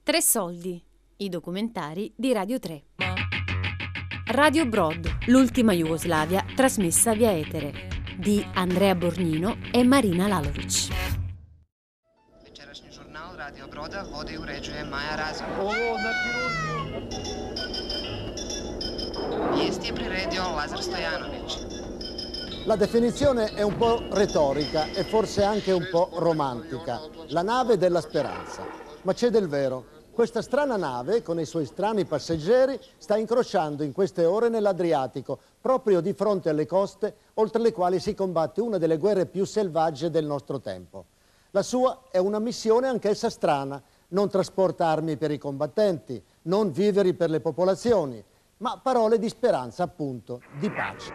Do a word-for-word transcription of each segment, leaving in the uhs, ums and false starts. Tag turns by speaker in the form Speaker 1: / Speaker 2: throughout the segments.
Speaker 1: Tre soldi, i documentari di Radio tre. Radio Brod, l'ultima Jugoslavia trasmessa via etere, di Andrea Borgnino e Marina Lalović.
Speaker 2: Večerašnji žurnal Radio Broda vodi i uređuje Maja Razum. Vijesti je priredio Lazar Stojanović.
Speaker 3: La definizione è un po' retorica e forse anche un po' romantica, la nave della speranza. Ma c'è del vero. Questa strana nave, con i suoi strani passeggeri, sta incrociando in queste ore nell'Adriatico, proprio di fronte alle coste, oltre le quali si combatte una delle guerre più selvagge del nostro tempo. La sua è una missione anch'essa strana, non trasporta armi per i combattenti, non viveri per le popolazioni, ma parole di speranza, appunto, di pace.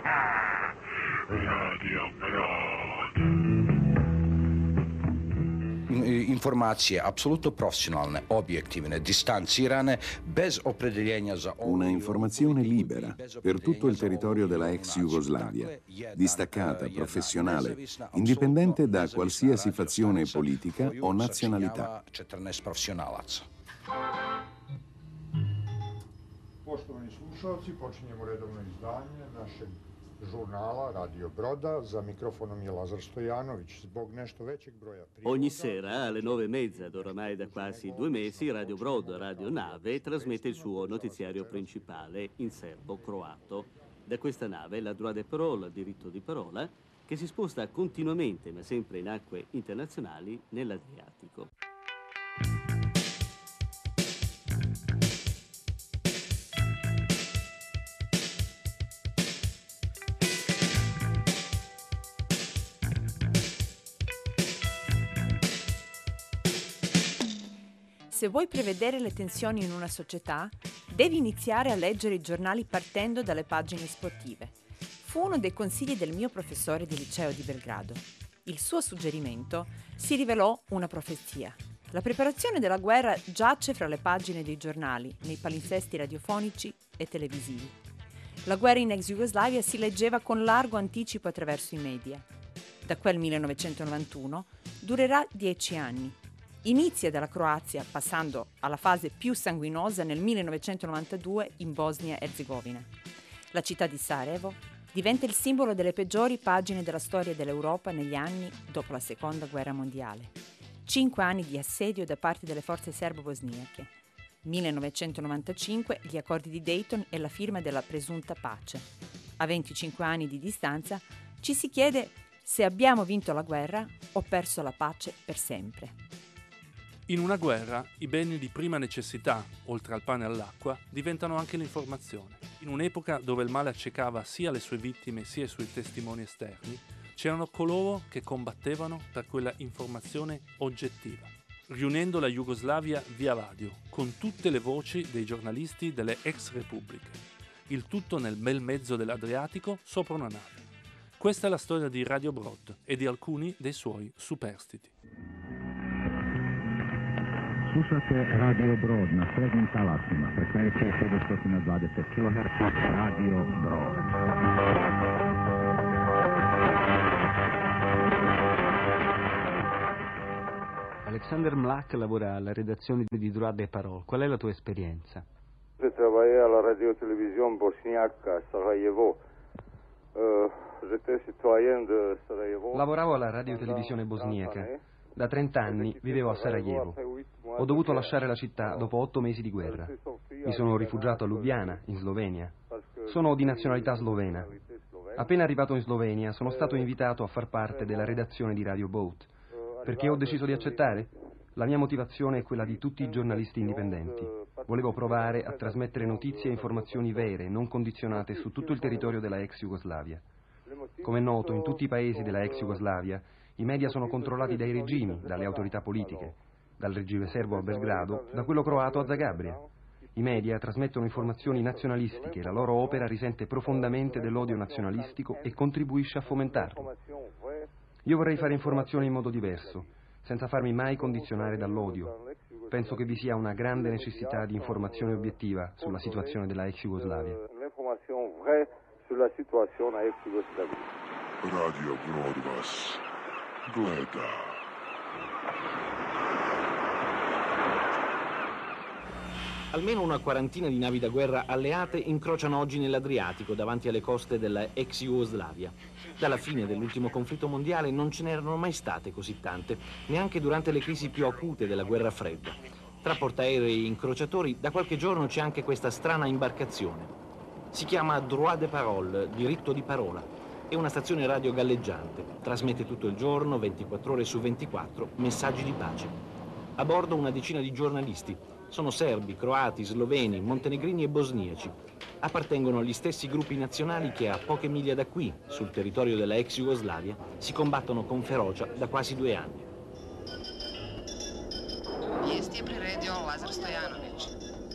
Speaker 4: Informacije apsolutno professionalne, objektivne, distancirane, bez opredeljenja za...
Speaker 5: Una informazione libera per tutto il territorio della ex Jugoslavia, distaccata, professionale, indipendente da qualsiasi fazione politica o nazionalità.
Speaker 6: Poštovani slušalci, počinjemo redovno izdanje našeg žurnala Radio Broda. Za mikrofonom je Lazar Stojanović. Zbog nešto većeg broja prihoda...
Speaker 7: Ogni sera alle nove e mezza ed oramai da quasi due mesi Radio Brod, Radio Nave, trasmette il suo notiziario principale in serbo-croato. Da questa nave la droit de parole, diritto di parola, che si sposta continuamente, ma sempre in acque internazionali, nell'Adriatico.
Speaker 8: Se vuoi prevedere le tensioni in una società, devi iniziare a leggere i giornali partendo dalle pagine sportive. Fu uno dei consigli del mio professore di liceo di Belgrado. Il suo suggerimento si rivelò una profezia. La preparazione della guerra giace fra le pagine dei giornali, nei palinsesti radiofonici e televisivi. La guerra in ex Jugoslavia si leggeva con largo anticipo attraverso i media. Da quel millenovecentonovantuno durerà dieci anni. Inizia dalla Croazia, passando alla fase più sanguinosa nel millenovecentonovantadue in Bosnia-Erzegovina. La città di Sarajevo diventa il simbolo delle peggiori pagine della storia dell'Europa negli anni dopo la Seconda Guerra Mondiale. Cinque anni di assedio da parte delle forze serbo-bosniache. millenovecentonovantacinque, gli accordi di Dayton e la firma della presunta pace. A venticinque anni di distanza ci si chiede se abbiamo vinto la guerra o perso la pace per sempre.
Speaker 9: In una guerra, i beni di prima necessità, oltre al pane e all'acqua, diventano anche l'informazione. In un'epoca dove il male accecava sia le sue vittime sia i suoi testimoni esterni, c'erano coloro che combattevano per quella informazione oggettiva, riunendo la Jugoslavia via radio, con tutte le voci dei giornalisti delle ex repubbliche. Il tutto nel bel mezzo dell'Adriatico sopra una nave. Questa è la storia di Radio Brod e di alcuni dei suoi superstiti.
Speaker 10: Slušate Radio Brod na srednjim talasima, frekvencija sedamsto dvadeset kiloherca, Radio Brod.
Speaker 11: Alexander Mlak lavora alla redazione di Droit de Parole. Qual è la tua esperienza?
Speaker 12: Travaillé à la radio-télévision bosniaque à Sarajevo. Uh, j'étais citoyen de Sarajevo.
Speaker 11: Lavoravo alla radio-televisione bosniaca. Da trent'anni vivevo a Sarajevo. Ho dovuto lasciare la città dopo otto mesi di guerra. Mi sono rifugiato a Ljubljana, in Slovenia. Sono di nazionalità slovena. Appena arrivato in Slovenia sono stato invitato a far parte della redazione di Radio Boat. Perché ho deciso di accettare? La mia motivazione è quella di tutti i giornalisti indipendenti. Volevo provare a trasmettere notizie e informazioni vere, non condizionate su tutto il territorio della ex Jugoslavia. Come è noto, in tutti i paesi della ex Jugoslavia i media sono controllati dai regimi, dalle autorità politiche, dal regime serbo a Belgrado, da quello croato a Zagabria. I media trasmettono informazioni nazionalistiche e la loro opera risente profondamente dell'odio nazionalistico e contribuisce a fomentarlo. Io vorrei fare informazione in modo diverso, senza farmi mai condizionare dall'odio. Penso che vi sia una grande necessità di informazione obiettiva sulla situazione della ex Jugoslavia.
Speaker 13: Radio Brod vas gleda.
Speaker 14: Almeno una quarantina di navi da guerra alleate incrociano oggi nell'Adriatico davanti alle coste della ex Jugoslavia. Dalla fine dell'ultimo conflitto mondiale non ce n'erano mai state così tante, neanche durante le crisi più acute della guerra fredda. Tra portaerei e incrociatori da qualche giorno c'è anche questa strana imbarcazione. Si chiama Droit de Parole, diritto di parola. È una stazione radio galleggiante, trasmette tutto il giorno, ventiquattro ore su ventiquattro, messaggi di pace. A bordo una decina di giornalisti. Sono serbi, croati, sloveni, montenegrini e bosniaci. Appartengono agli stessi gruppi nazionali che a poche miglia da qui, sul territorio della ex Jugoslavia, si combattono con ferocia da quasi due anni.
Speaker 2: Vijesti pri radio Lazar Stojanovic.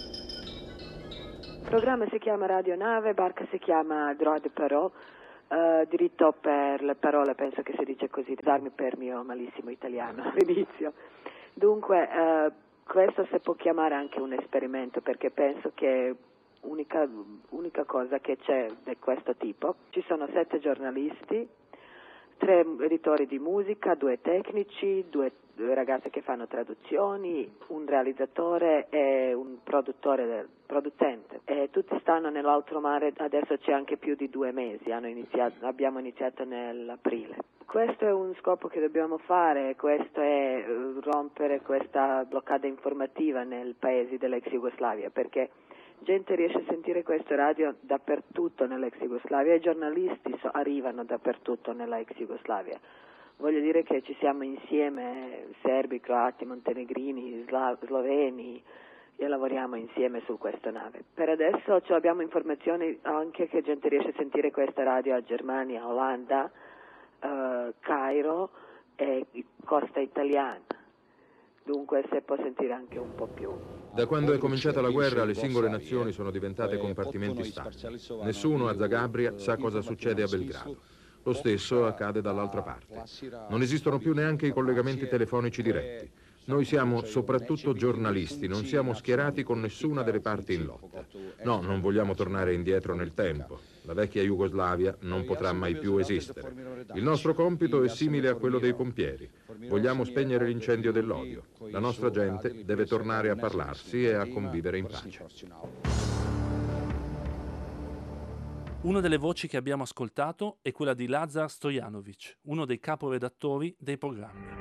Speaker 15: Il programma si chiama Radio Nave, barca si chiama Droit de Parole, uh, diritto per le parole, penso che si dice così, darmi per mio malissimo italiano all'inizio. Dunque, uh, questo si può chiamare anche un esperimento, perché penso che unica, unica cosa che c'è di questo tipo, ci sono sette giornalisti, tre editori di musica, due tecnici, due, due ragazze che fanno traduzioni, un realizzatore e un produttore, producente. E tutti stanno nell'altro mare, adesso c'è anche più di due mesi, hanno iniziato, abbiamo iniziato nell'aprile. Questo è un scopo che dobbiamo fare, questo è rompere questa bloccata informativa nei paesi dell'ex Jugoslavia, perché gente riesce a sentire queste radio dappertutto nell'ex Jugoslavia e i giornalisti so, arrivano dappertutto nella ex Jugoslavia. Voglio dire che ci siamo insieme, serbi, croati, montenegrini, sla- sloveni, e lavoriamo insieme su questa nave. Per adesso cioè, abbiamo informazioni anche che gente riesce a sentire questa radio a Germania, Olanda, Uh, Cairo e costa italiana, dunque si può sentire anche un po' più.
Speaker 16: Da quando è cominciata la guerra le singole nazioni sono diventate compartimenti stagni. Nessuno a Zagabria sa cosa succede a Belgrado. Lo stesso accade dall'altra parte. Non esistono più neanche i collegamenti telefonici diretti. Noi siamo soprattutto giornalisti, non siamo schierati con nessuna delle parti in lotta. No, non vogliamo tornare indietro nel tempo. La vecchia Jugoslavia non potrà mai più esistere. Il nostro compito è simile a quello dei pompieri. Vogliamo spegnere l'incendio dell'odio. La nostra gente deve tornare a parlarsi e a convivere in pace.
Speaker 9: Una delle voci che abbiamo ascoltato è quella di Lazar Stojanovic, uno dei caporedattori dei programmi.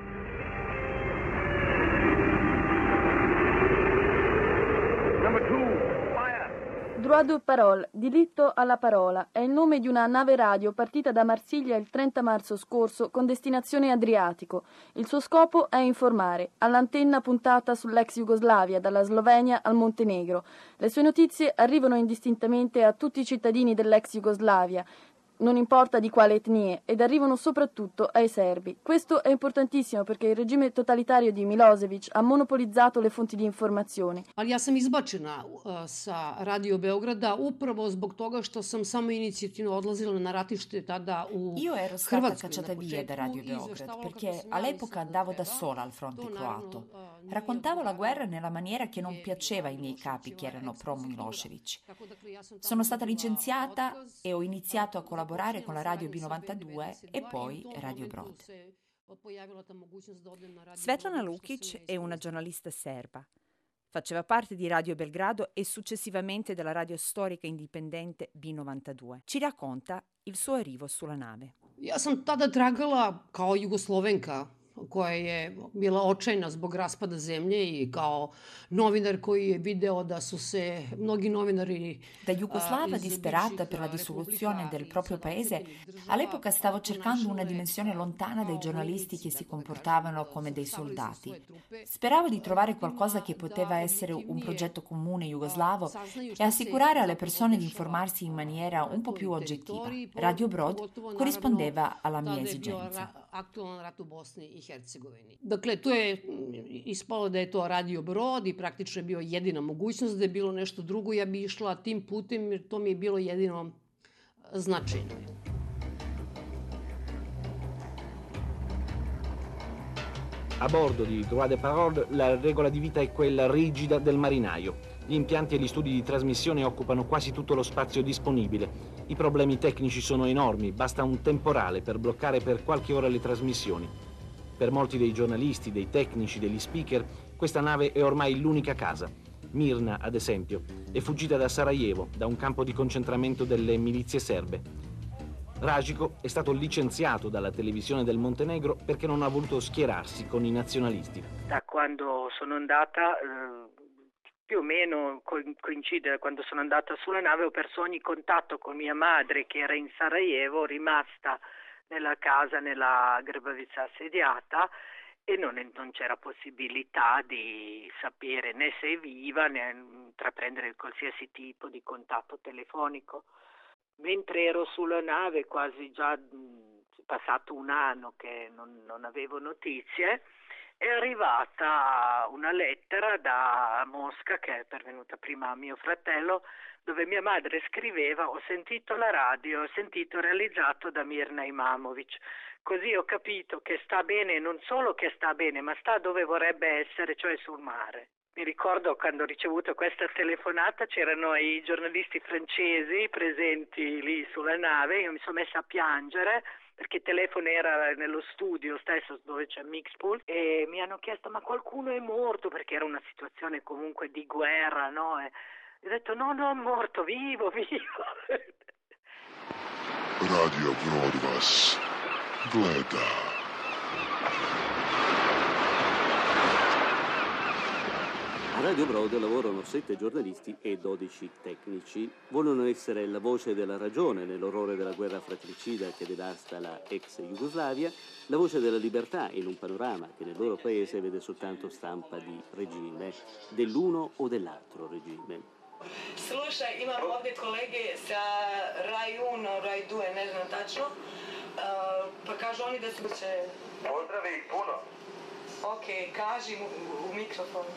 Speaker 17: Droit de Parole, diritto alla parola, è il nome di una nave radio partita da Marsiglia il trenta marzo scorso con destinazione Adriatico. Il suo scopo è informare, all'antenna puntata sull'ex Jugoslavia, dalla Slovenia al Montenegro. Le sue notizie arrivano indistintamente a tutti i cittadini dell'ex Jugoslavia, non importa di quale etnie, ed arrivano soprattutto ai serbi. Questo è importantissimo perché il regime totalitario di Milosevic ha monopolizzato le fonti di informazione.
Speaker 18: Ali ja sam izbačena uh, sa Radio Beograda upravo zbog toga što sam samo inicijativno odlazila na ratište tada u
Speaker 8: Io ero stata cacciata via da Radio Beograd perché all'epoca andavo da sola al fronte croato. Raccontavo la guerra nella maniera che non piaceva ai miei capi che erano pro Milosevic. Sono stata licenziata e ho iniziato a collaborare con la Radio B novantadue e poi Radio Brod. Svetlana Lukic è una giornalista serba. Faceva parte di Radio Belgrado e successivamente della radio storica indipendente B novantadue. Ci racconta il suo arrivo sulla nave.
Speaker 18: Ja sam tada tragala kao Jugoslovenka koja je bila očajna zbog raspada zemlje i kao novinar koji je video da su se mnogi novinari...
Speaker 19: Da jugoslava disperata per la dissoluzione del proprio paese, all'epoca stavo cercando una dimensione lontana dai giornalisti che si comportavano come dei soldati. Speravo di trovare qualcosa che poteva essere un progetto comune jugoslavo e assicurare alle persone di informarsi in maniera un po' più oggettiva. Radio Brod corrispondeva alla mia esigenza.
Speaker 18: Dakle, to je ispalo da je to Radio Brod i praktično je bio jedina mogućnost, da je bilo nešto drugo, ja bi išla tim putem jer to mi je bilo jedino značajno.
Speaker 14: A bordo di Droit de Parole la regola di vita è quella rigida del marinaio. Gli impianti e gli studi di trasmissione occupano quasi tutto lo spazio disponibile. I problemi tecnici sono enormi, basta un temporale per bloccare per qualche ora le trasmissioni. Per molti dei giornalisti, dei tecnici, degli speaker, questa nave è ormai l'unica casa. Mirna, ad esempio, è fuggita da Sarajevo, da un campo di concentramento delle milizie serbe. Rajko è stato licenziato dalla televisione del Montenegro perché non ha voluto schierarsi con i nazionalisti.
Speaker 20: Da quando sono andata, eh, più o meno coincide da quando sono andata sulla nave, ho perso ogni contatto con mia madre che era in Sarajevo, rimasta nella casa, nella Grbavica assediata, e non, non c'era possibilità di sapere né se è viva né intraprendere qualsiasi tipo di contatto telefonico. Mentre ero sulla nave, quasi già mh, passato un anno che non, non avevo notizie, è arrivata una lettera da Mosca, che è pervenuta prima a mio fratello, dove mia madre scriveva: ho sentito la radio, ho sentito realizzato da Mirna Imamovic. Così ho capito che sta bene, non solo che sta bene, ma sta dove vorrebbe essere, cioè sul mare. Mi ricordo quando ho ricevuto questa telefonata, c'erano i giornalisti francesi presenti lì sulla nave, io mi sono messa a piangere perché il telefono era nello studio stesso dove c'è Mixpool, e mi hanno chiesto: ma qualcuno è morto? Perché era una situazione comunque di guerra, no? E ho detto: no, no, è morto, vivo, vivo.
Speaker 13: Radio Brod vas gleda.
Speaker 7: A Radio Brod lavorano sette giornalisti e dodici tecnici. Vogliono essere la voce della ragione nell'orrore della guerra fratricida che devasta la ex Jugoslavia, la voce della libertà in un panorama che nel loro paese vede soltanto stampa di regime, dell'uno o dell'altro regime.
Speaker 21: Slušaj, imam ovdje kolege sa Raj uno, Raj due, ne znam tačno, uh, pa kažu oni da su će...
Speaker 22: Pozdravi ih puno.
Speaker 21: Ok, kaži u, u mikrofon.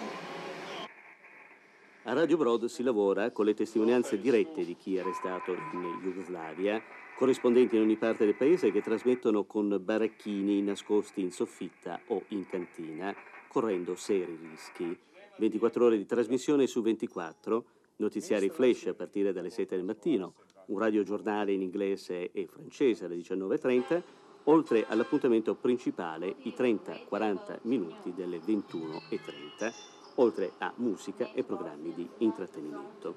Speaker 7: A Radio Brod si lavora con le testimonianze dirette di chi è restato in Jugoslavia, corrispondenti in ogni parte del paese che trasmettono con baracchini nascosti in soffitta o in cantina, correndo seri rischi. ventiquattro ore di trasmissione su ventiquattro, notiziari flash a partire dalle sette del mattino, un radiogiornale in inglese e francese alle diciannove e trenta, oltre all'appuntamento principale i trenta quaranta minuti delle ventuno e trenta, oltre a musica e programmi di intrattenimento.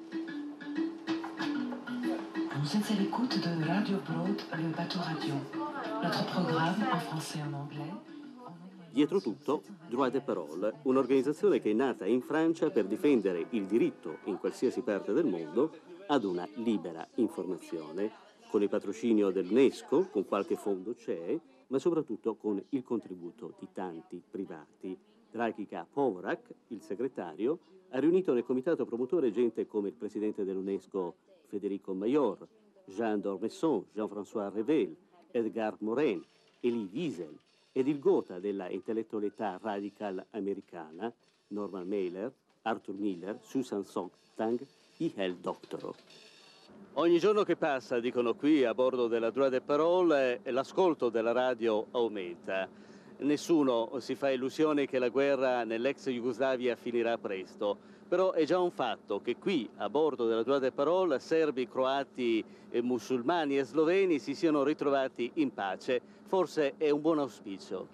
Speaker 23: Vous êtes à l'écoute de Radio Brod, le bateau radio. Notre programme en français et en anglais.
Speaker 7: Dietro tutto, Droit de Parole, un'organizzazione che è nata in Francia per difendere il diritto in qualsiasi parte del mondo ad una libera informazione, con il patrocinio dell'UNESCO, con qualche fondo c'è, ma soprattutto con il contributo di tanti privati. Dragika Povorak, il segretario, ha riunito nel comitato promotore gente come il presidente dell'UNESCO Federico Mayor, Jean d'Ormesson, Jean-François Revel, Edgar Morin, Elie Wiesel, ed il gotha della intellettualità radical americana, Norman Mailer, Arthur Miller, Susan Sontag, Michael Doctorow. Ogni giorno che passa, dicono qui a bordo della Droit de Parole, l'ascolto della radio aumenta. Nessuno si fa illusioni che la guerra nell'ex Jugoslavia finirà presto, però è già un fatto che qui a bordo della Droit de Parole serbi, croati, musulmani e sloveni si siano ritrovati in pace. Forse è un buon auspicio.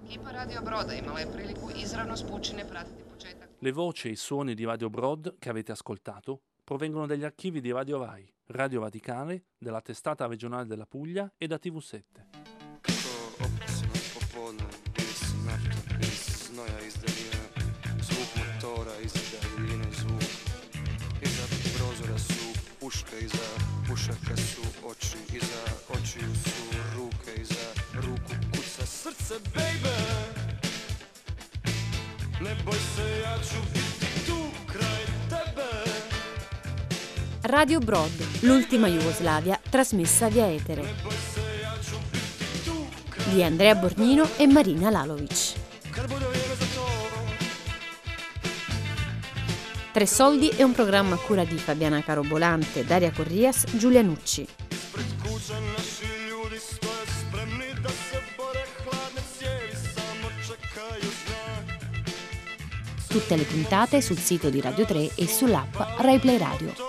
Speaker 9: Le voci e i suoni di Radio Brod che avete ascoltato provengono dagli archivi di Radio Vai, Radio Vaticale, della testata regionale della Puglia e da T V sette.
Speaker 24: Puške iza pušaka su oči, iza očiju su ruke, iza ruku kuca srce, baby. Ne boj se, ja ću biti tu kraj tebe.
Speaker 1: Radio Brod, l'ultima Jugoslavia trasmessa via etere. Di Andrea Borgnino e Marina Lalovic. Tre soldi è un programma a cura di Fabiana Carobolante, Daria Corrias, Giulia Nucci. Tutte le puntate sul sito di Radio tre e sull'app RaiPlay Radio.